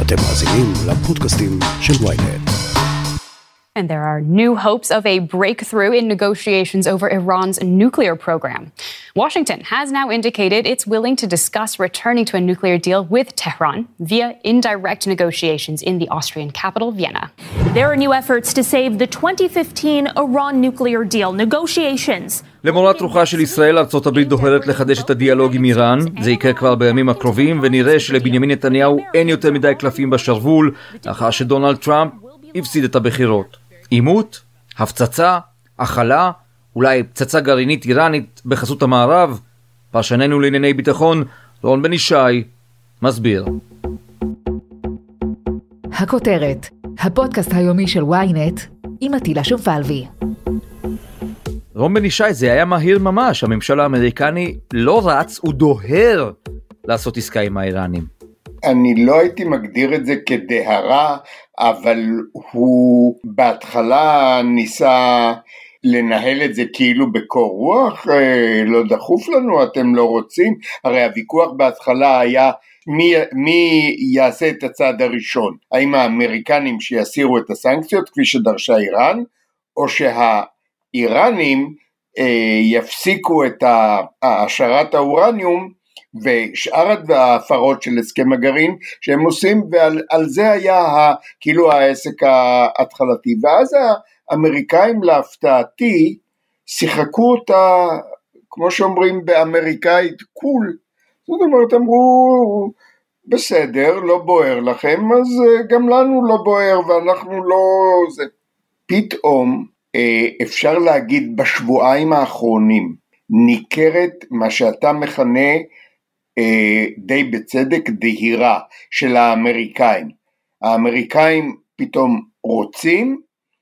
אתם מאזינים לפודקאסטים של ynet. And there are new hopes of a breakthrough in negotiations over Iran's nuclear program. Washington has now indicated it's willing to discuss returning to a nuclear deal with Tehran via indirect negotiations in the Austrian capital, Vienna. There are new efforts to save the 2015 Iran nuclear deal negotiations. למורת רוחה של ישראל, ארצות הברית דוהרת לחדש את הדיאלוג עם איראן. זה יקרה כבר בימים הקרובים, ונראה שלבנימין נתניהו אין יותר מדי קלפים בשרוול, לאחר שדונלד טראמפ הפסיד את הבחירות. עימות, הפצצה, החלה, אולי פצצה גרעינית איראנית בחסות המערב. פרשננו לענייני ביטחון, רון בן ישי, מסביר. הכותרת, הפודקאסט היומי של ynet, עם עטילה שומפלבי. רון בן ישי, זה היה מהיר ממש. הממשל האמריקני לא רץ, הוא דוהר לעשות עסקה עם האיראנים. אני לא הייתי מגדיר את זה כדהרה, אבל הוא בהתחלה ניסה לנהל את זה כאילו בקור רוח, לא דחוף לנו, אתם לא רוצים, הרי הוויכוח בהתחלה היה מי יעשה את הצעד הראשון, האם האמריקנים שיסירו את הסנקציות כפי שדרשה איראן, או שהאיראנים יפסיקו את העשרת האורניום, ושאר ההפרות של הסכם הגרעין שהם עושים, ועל זה היה כאילו העסק ההתחלתי, ואז האמריקאים להפתעתי שיחקו אותה, כמו שאומרים באמריקאית, קול, זאת אומרת אמרו בסדר, לא בוער לכם, אז גם לנו לא בוער ואנחנו לא זה. פתאום אפשר להגיד בשבועיים האחרונים ניכרת מה שאתה מכנה די בצדק דהירה של האמריקאים. האמריקאים פתאום רוצים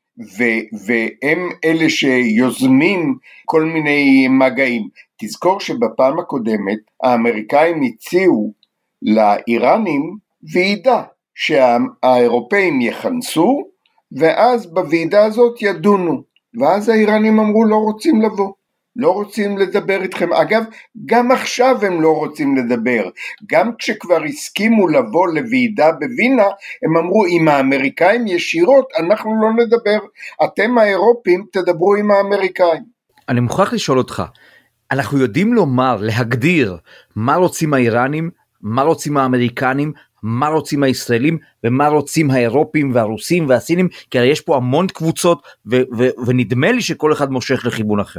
והם אלה שיוזמים כל מיני מגעים. תזכור שבפעם הקודמת האמריקאים הציעו לאיראנים ועידה שהאירופאים יכנסו ואז בוועידה הזאת ידונו, ואז האיראנים אמרו לא רוצים לבוא, לא רוצים לדבר איתכם. אגב, גם עכשיו הם לא רוצים לדבר, גם כשכבר הסכימו לבוא לוועידה בווינה, הם אמרו עם האמריקאים ישירות אנחנו לא נדבר, אתם האירופים תדברו עם האמריקאים. אני מוכרח לשאול אותך, אנחנו יודעים לומר, להגדיר, מה רוצים האיראנים, מה רוצים האמריקנים, מה רוצים הישראלים, ומה רוצים האירופים והרוסים והסינים, כי הרי יש פה המון קבוצות, ונדמה לי שכל אחד מושך לכיוון אחר.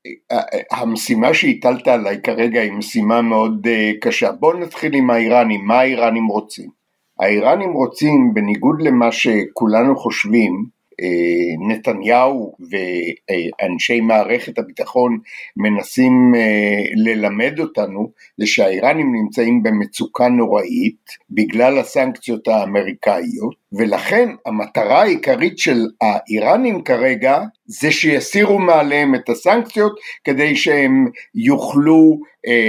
המשימה שהטלת עליי כרגע היא משימה מאוד קשה. בואו נתחיל עם האיראנים. מה האיראנים רוצים? האיראנים רוצים, בניגוד למה שכולנו חושבים, נתניהו ואנשי מערכת הביטחון מנסים ללמד אותנו, זה שהאיראנים נמצאים במצוקה נוראית בגלל הסנקציות האמריקאיות, ולכן המטרה העיקרית של האיראנים כרגע זה שיסירו מעליהם את הסנקציות כדי שהם יוכלו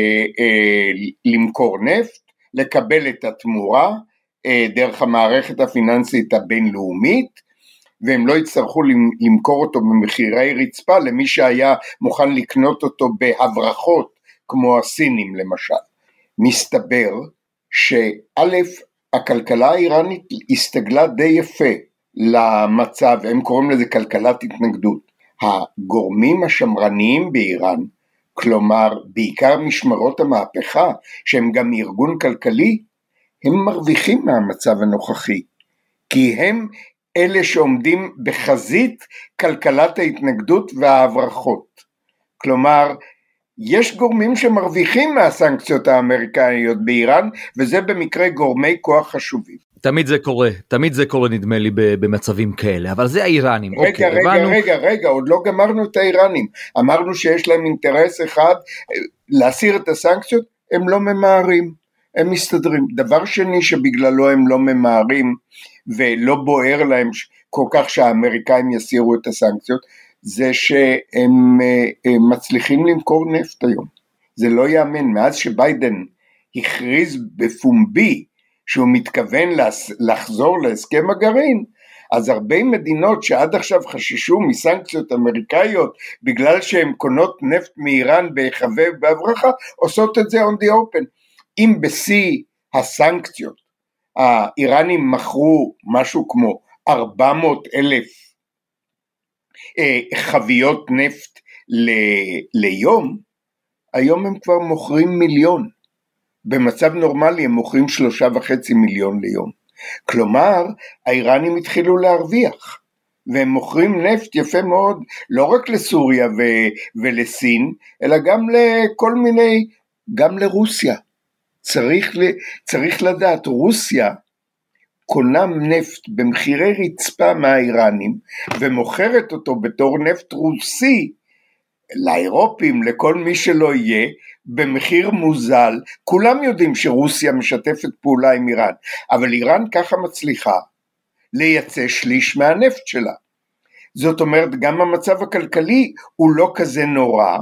למכור נפט, לקבל את התמורה דרך המערכת הפיננסית הבינלאומית, והם לא יצטרכו למכור אותו במחירי רצפה למי שהיה מוכן לקנות אותו בהברחות כמו הסינים למשל. מסתבר שא' הכלכלה האיראנית הסתגלה די יפה למצב, הם קוראים לזה כלכלת התנגדות. הגורמים השמרניים באיראן, כלומר בעיקר משמרות המהפכה שהם גם ארגון כלכלי, הם מרוויחים מהמצב הנוכחי, כי הם אלה שעומדים בחזית כלכלת ההתנגדות וההברחות. כלומר, יש גורמים שמרוויחים מהסנקציות האמריקאיות באיראן, וזה במקרה גורמי כוח חשובים. תמיד זה קורה נדמה לי במצבים כאלה, אבל זה האיראנים. רגע, עוד לא גמרנו את האיראנים. אמרנו שיש להם אינטרס אחד, להסיר את הסנקציות, הם לא ממהרים, הם מסתדרים. דבר שני שבגללו הם לא ממהרים, ולא בוער להם כל כך שהאמריקאים יסירו את הסנקציות, זה שהם מצליחים למכור נפט היום. זה לא יאמן, מאז שביידן הכריז בפומבי שהוא מתכוון לחזור להסכם הגרעין, אז הרבה מדינות שעד עכשיו חששו מסנקציות אמריקאיות בגלל שהן קונות נפט מאיראן בהיחווה ובהברחה, עושות את זה on the open. אם בשיא הסנקציות האיראנים מכרו משהו כמו 400,000 חביות נפט ליום, היום הם כבר מוכרים 1,000,000, במצב נורמלי הם מוכרים 3.5 מיליון ליום, כלומר האיראנים התחילו להרוויח, והם מוכרים נפט יפה מאוד, לא רק לסוריה ולסין, אלא גם לכל מיני, גם לרוסיה. צריך לדעת, רוסיה קונה נפט במחירי רצפה מהאיראנים, ומוכרת אותו בתור נפט רוסי, לאירופים, לכל מי שלא יהיה, במחיר מוזל. כולם יודעים שרוסיה משתפת פעולה עם איראן, אבל איראן ככה מצליחה לייצא שליש מהנפט שלה. זאת אומרת, גם המצב הכלכלי הוא לא כזה נורא,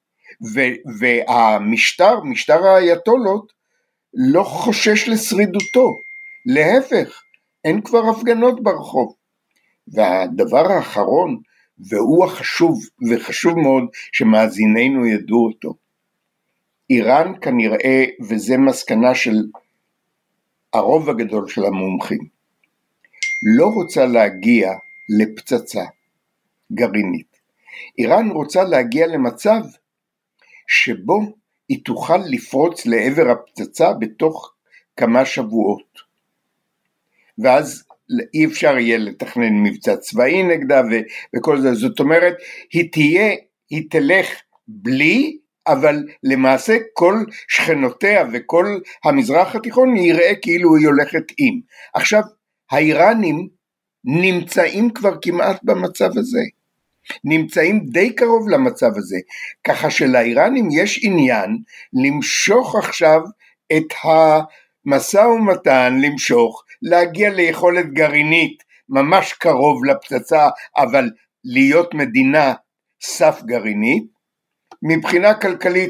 משטר האייתולות לא חושש לשרידותו, להפך, אין כבר הפגנות ברחוב. והדבר האחרון, והוא החשוב, וחשוב מאוד שמאזיננו ידעו אותו, איראן כנראה, וזה מסקנה של הרוב הגדול של המומחים, לא רוצה להגיע לפצצה גרעינית. איראן רוצה להגיע למצב שבו היא תוכל לפרוץ לעבר הפצצה בתוך כמה שבועות. ואז אי אפשר יהיה לתכנן מבצע צבאי נגדה וכל זה. זאת אומרת, היא תלך בלי, אבל למעשה כל שכנותיה וכל המזרח התיכון יראה כאילו היא הולכת עם. עכשיו, האיראנים נמצאים כבר כמעט במצב הזה. נמצאים די קרוב למצב הזה, ככה שלאיראנים יש עניין למשוך עכשיו את המשא ומתן, להגיע ליכולת גרעינית ממש קרוב לפצצה, אבל להיות מדינה סף גרעינית. מבחינה כלכלית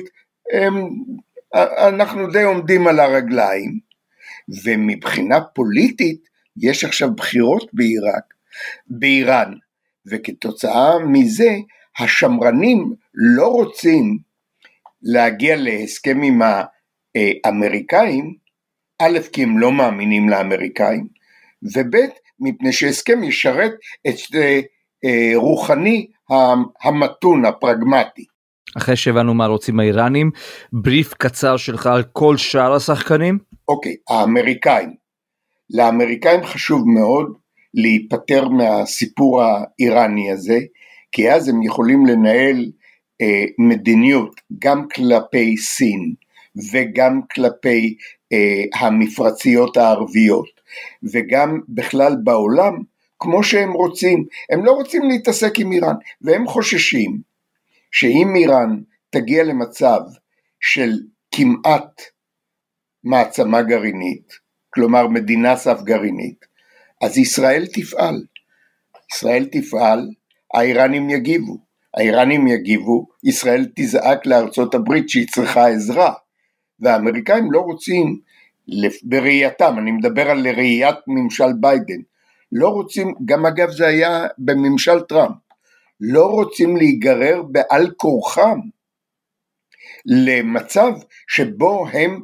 אנחנו די עומדים על הרגליים, ומבחינה פוליטית יש עכשיו בחירות באיראן, וכתוצאה מזה השמרנים לא רוצים להגיע להסכם עם האמריקאים, א' כי הם לא מאמינים לאמריקאים, וב' מפני שהסכם ישרת את רוחני המתון, הפרגמטי. אחרי שהבנו מה רוצים האיראנים, בריף קצר שלך על כל שאר השחקנים? אוקיי, לאמריקאים חשוב מאוד להיפטר מהסיפור האיראני הזה, כי אז הם יכולים לנהל מדיניות גם כלפי סין, וגם כלפי המפרציות הערביות, וגם בכלל בעולם, כמו שהם רוצים. הם לא רוצים להתעסק עם איראן, והם חוששים שאם איראן תגיע למצב של כמעט מעצמה גרעינית, כלומר מדינה סף גרעינית, אז ישראל תפעל, האיראנים יגיבו, ישראל תזעק לארצות הברית שהיא צריכה עזרה, והאמריקאים לא רוצים, בראייתם, אני מדבר על ראיית ממשל ביידן, לא רוצים, גם אגב זה היה בממשל טראמפ, לא רוצים להיגרר בעל כורחם, למצב שבו הם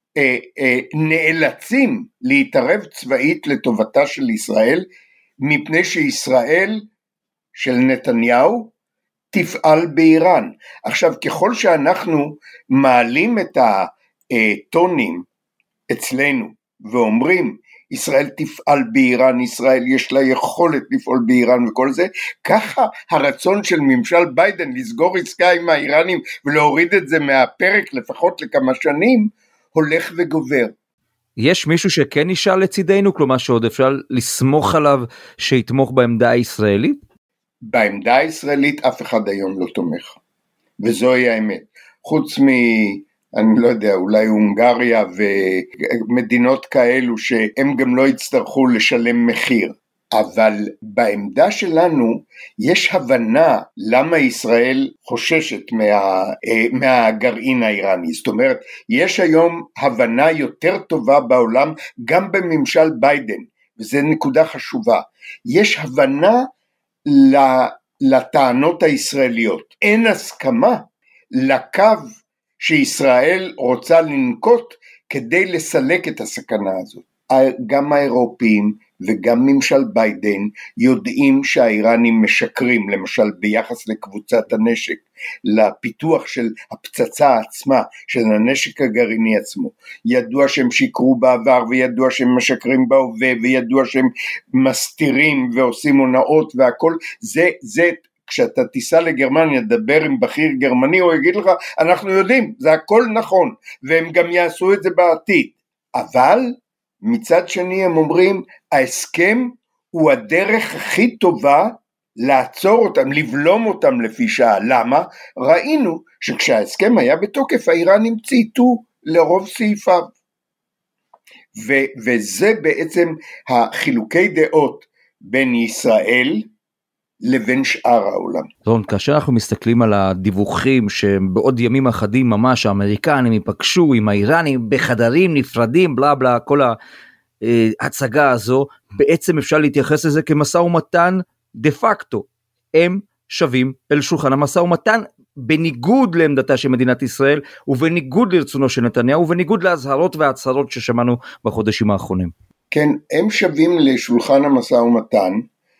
נאלצים להתערב צבאית לטובתה של ישראל, מפני שישראל של נתניהו תפעל באיראן. עכשיו, ככל שאנחנו מעלים את הטונים אצלנו ואומרים ישראל תפעל באיראן, ישראל יש לה יכולת לפעול באיראן וכל זה, ככה הרצון של ממשל ביידן לסגור עסקה עם האיראנים ולהוריד את זה מהפרק לפחות לכמה שנים, הולך וגובר. יש מישהו שכן נשאר לצידנו, כלומר שעוד אפשר לסמוך עליו שיתמוך בעמדה הישראלית? בעמדה הישראלית אף אחד היום לא תומך, וזוהי האמת. חוץ אני לא יודע, אולי הונגריה ומדינות כאלו שהם גם לא יצטרכו לשלם מחיר. אבל בעמדה שלנו יש הבנה למה ישראל חוששת מהגרעין האיראני. זאת אומרת, יש היום הבנה יותר טובה בעולם, גם בממשל ביידן, וזו נקודה חשובה. יש הבנה לטענות הישראליות. אין הסכמה לקו שישראל רוצה לנקוט כדי לסלק את הסכנה הזאת. גם האירופאים וגם ממשל ביידן יודעים שהאיראנים משקרים, למשל ביחס לקבוצת הנשק, לפיתוח של הפצצה עצמה, של הנשק הגרעיני עצמו. ידוע שהם שיקרו בעבר, וידוע שהם משקרים בהווה, וידוע שהם מסתירים ועושים הונאות והכל. זה כשאתה תיסע לגרמניה, דבר עם בכיר גרמני, הוא יגיד לך, אנחנו יודעים, זה הכל נכון, והם גם יעשו את זה בעתיד. אבל מצד שני הם אומרים, ההסכם הוא הדרך הכי טובה לעצור אותם, לבלום אותם לפי שעה. למה? ראינו שכשההסכם היה בתוקף, האיראנים צייתו לרוב סעיפיו. וזה בעצם החילוקי דעות בין ישראל לבין שאר העולם. רון, כאשר אנחנו מסתכלים על הדיווחים שבעוד ימים אחדים ממש האמריקנים ייפגשו עם האיראנים בחדרים נפרדים, בלה בלה, כל ההצגה הזו, בעצם אפשר להתייחס לזה כמשא ומתן דה פקטו. הם שווים אל שולחן המשא ומתן, בניגוד לעמדתה של מדינת ישראל, ובניגוד לרצונו של נתניהו, ובניגוד להזהרות וההצהרות ששמענו בחודשים האחרונים. כן, הם שווים לשולחן המשא ומתן,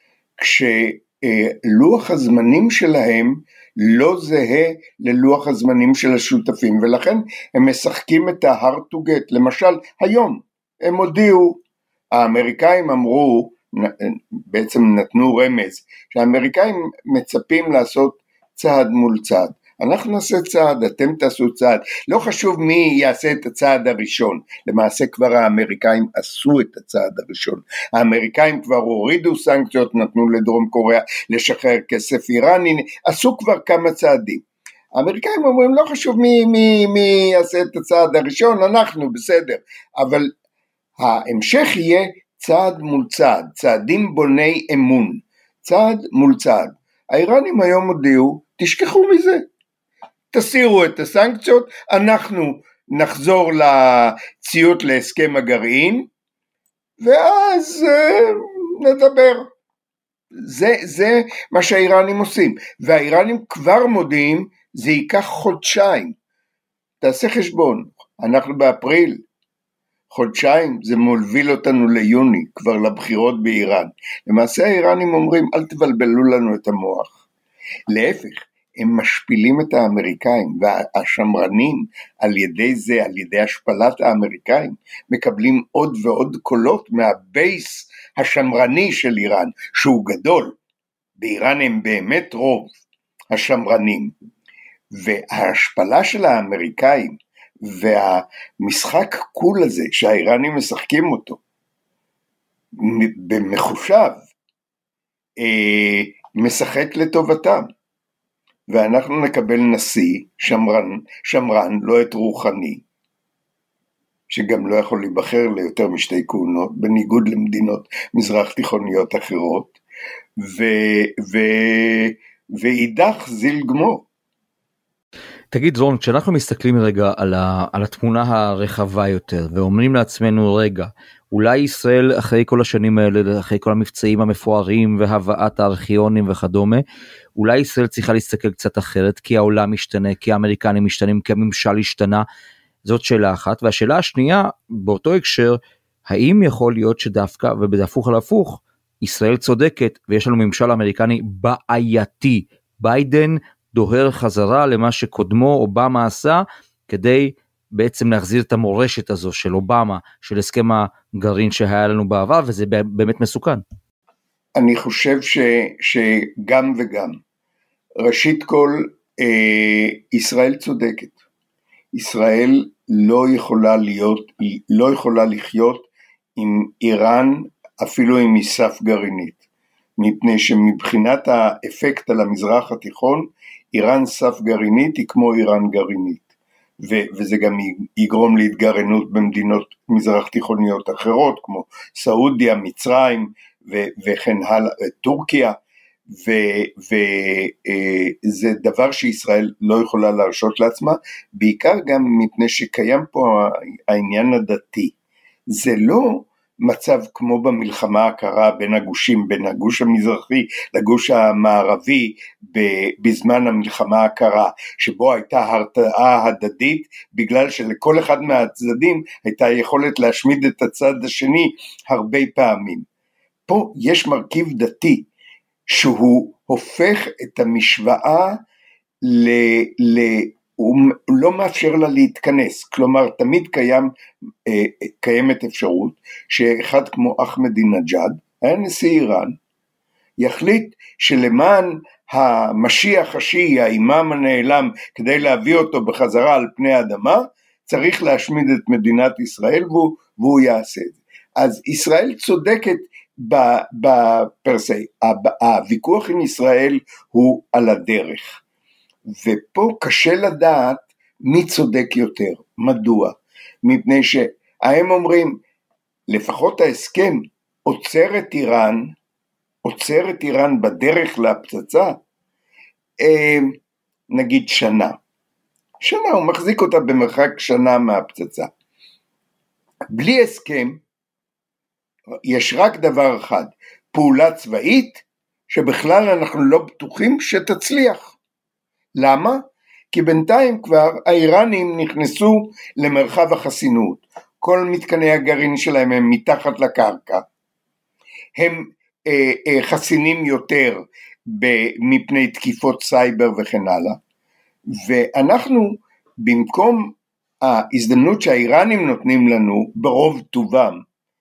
כשלוח הזמנים שלהם לא זהה ללוח הזמנים של השותפים, ולכן הם משחקים את ה-hard to get. למשל, היום הם הודיעו, האמריקאים אמרו, בעצם נתנו רמז, שהאמריקאים מצפים לעשות צעד מול צעד. אנחנו נעשה צעד, אתם תעשו צעד, לא חשוב מי יעשה את הצעד הראשון, למעשה כבר האמריקאים עשו את הצעד הראשון, האמריקאים כבר הורידו סנקציות, נתנו לדרום קוריאה לשחרר כסף איראני, עשו כבר כמה צעדים, האמריקאים אומרים לא חשוב מי יעשה את הצעד הראשון, אנחנו בסדר, אבל ההמשך יהיה צעד מול צעד, צעדים בוני אמון, צעד מול צעד, האיראנים היום הודיעו, תשכחו מזה, תסירו את הסנקציות, אנחנו נחזור לציות להסכם הגרעין, ואז נדבר. זה מה שהאיראנים עושים, והאיראנים כבר מודיעים, זה ייקח חודשיים, תעשה חשבון, אנחנו באפריל, חודשיים זה מוביל אותנו ליוני, כבר לבחירות באיראן, למעשה האיראנים אומרים, אל תבלבלו לנו את המוח, להפך, הם משפילים את האמריקאים, והשמרנים על ידי זה, על ידי השפלת האמריקאים, מקבלים עוד ועוד קולות מהבייס השמרני של איראן, שהוא גדול, באיראן הם באמת רוב השמרנים, וההשפלה של האמריקאים, והמשחק קול הזה, שהאיראנים משחקים אותו, במחושב, משחק לטובתם, ואנחנו נקבל נשיא שמרן, לא את רוחני, שגם לא יכול להיבחר ליותר משתי כהונות, בניגוד למדינות מזרח תיכוניות אחרות, ואידך זיל גמור. תגיד רון, כשאנחנו מסתכלים רגע על התמונה הרחבה יותר, ואומרים לעצמנו רגע, אולי ישראל אחרי כל השנים האלה, אחרי כל המבצעים המפוארים, והבאת הארכיונים וכדומה, אולי ישראל צריכה להסתכל קצת אחרת, כי העולם משתנה, כי האמריקנים משתנים, כי הממשל השתנה, זאת שאלה אחת, והשאלה השנייה, באותו הקשר, האם יכול להיות שדווקא, ובדפוך על הפוך, ישראל צודקת, ויש לנו ממשל אמריקני בעייתי, ביידן דוהר חזרה למה שקודמו אובמה עשה, כדי בעצם להחזיר את המורשת הזו של אובמה, של הסכם הגרעין שהיה לנו בעבר, וזה באמת מסוכן. אני חושב שגם וגם. ראשית כל, ישראל צודקת. ישראל לא יכולה לחיות עם איראן, אפילו אם היא סף גרעינית. מפני שמבחינת האפקט על המזרח התיכון, איראן סף גרעינית היא כמו איראן גרעינית. וזה גם יגרום להתגרענות במדינות מזרח תיכוניות אחרות, כמו סעודיה, מצרים וכן הלאה, טורקיה, וזה דבר שישראל לא יכולה להרשות לעצמה, בעיקר גם מפני שקיים פה העניין הדתי. זה לא מצב כמו במלחמה הקרה בין הגושים, בין הגוש המזרחי לגוש המערבי בזמן המלחמה הקרה, שבו הייתה הרתעה הדדית, בגלל שלכל אחד מהצדדים הייתה יכולת להשמיד את הצד השני הרבה פעמים. פה יש מרכיב דתי, שהוא הופך את המשוואה הוא לא מאפשר לה להתכנס, כלומר תמיד קיימת אפשרות שאחד כמו אחמדינג'אד, היה נשיא איראן, יחליט שלמען המשיח השיעי, האימאם הנעלם, כדי להביא אותו בחזרה על פני האדמה, צריך להשמיד את מדינת ישראל, והוא יעשה את זה. אז ישראל צודקת בפרסי, הוויכוח עם ישראל הוא על הדרך, ופה קשה לדעת מי צודק יותר. מדוע? מפני שהם אומרים, לפחות ההסכם עוצר את איראן בדרך להפצצה, נגיד שנה, הוא מחזיק אותה במרחק שנה מהפצצה. בלי הסכם, יש רק דבר אחד, פעולה צבאית, שבכלל אנחנו לא בטוחים שתצליח. למה? כי בינתיים כבר האיראנים נכנסו למרחב החסינות, כל מתקני הגרעין שלהם הם מתחת לקרקע, הם חסינים יותר מפני תקיפות סייבר וכן הלאה, ואנחנו במקום ההזדמנות שהאיראנים נותנים לנו ברוב טובם,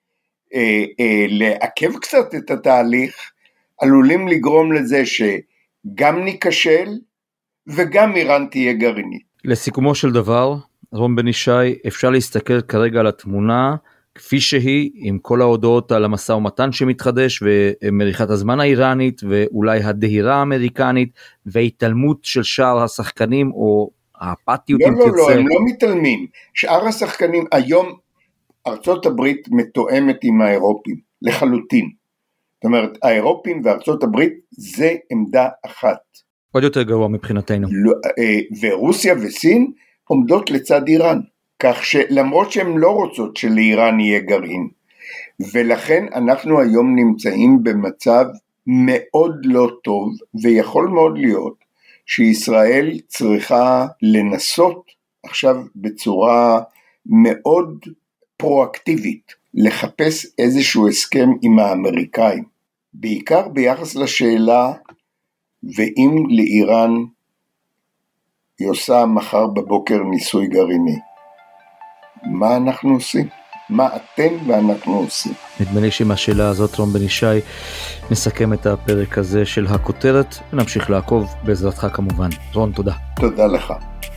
לעכב קצת את התהליך, עלולים לגרום לזה שגם ניקשל, וגם איראן תהיה גרעינית. לסיכומו של דבר, רון בן ישי, אפשר להסתכל כרגע על התמונה, כפי שהיא, עם כל ההודעות על המשא ומתן שמתחדש, ומריחת הזמן האיראנית, ואולי הדהירה האמריקנית, וההתעלמות של שאר השחקנים, או האפתיות אם תרצה. לא, הם לא מתעלמים. שאר השחקנים, היום ארצות הברית מתואמת עם האירופים, לחלוטין. זאת אומרת, האירופים וארצות הברית, זה עמדה אחת. עוד יותר גרוע מבחינתנו. ורוסיה וסין עומדות לצד איראן, כך שלמרות שהן לא רוצות שלאיראן יהיה גרעין, ולכן אנחנו היום נמצאים במצב מאוד לא טוב, ויכול מאוד להיות שישראל צריכה לנסות עכשיו בצורה מאוד פרואקטיבית, לחפש איזשהו הסכם עם האמריקאים, בעיקר ביחס לשאלה, ואם לאיראן היא עושה מחר בבוקר ניסוי גרעיני, מה אנחנו עושים? מה אתם ואנחנו עושים? נדמה לי שמהשאלה הזאת, רון בן ישי, נסכם את הפרק הזה של הכותרת, ונמשיך לעקוב בעזרתך כמובן. רון, תודה. תודה לך.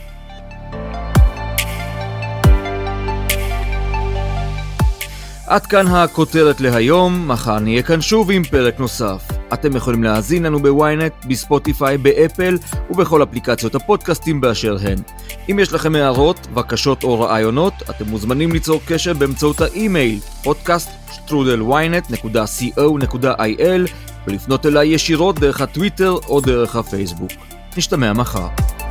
עד כאן הכותרת להיום, מחר נהיה כאן שוב עם פרק נוסף. אתם יכולים להאזין לנו בוויינט, בספוטיפיי, באפל ובכל אפליקציות הפודקאסטים באשר הן. אם יש לכם הערות, בקשות או רעיונות, אתם מוזמנים ליצור קשר באמצעות האימייל podcast@ynet.co.il ולפנות אליי ישירות דרך הטוויטר או דרך הפייסבוק. נשתמע מחר.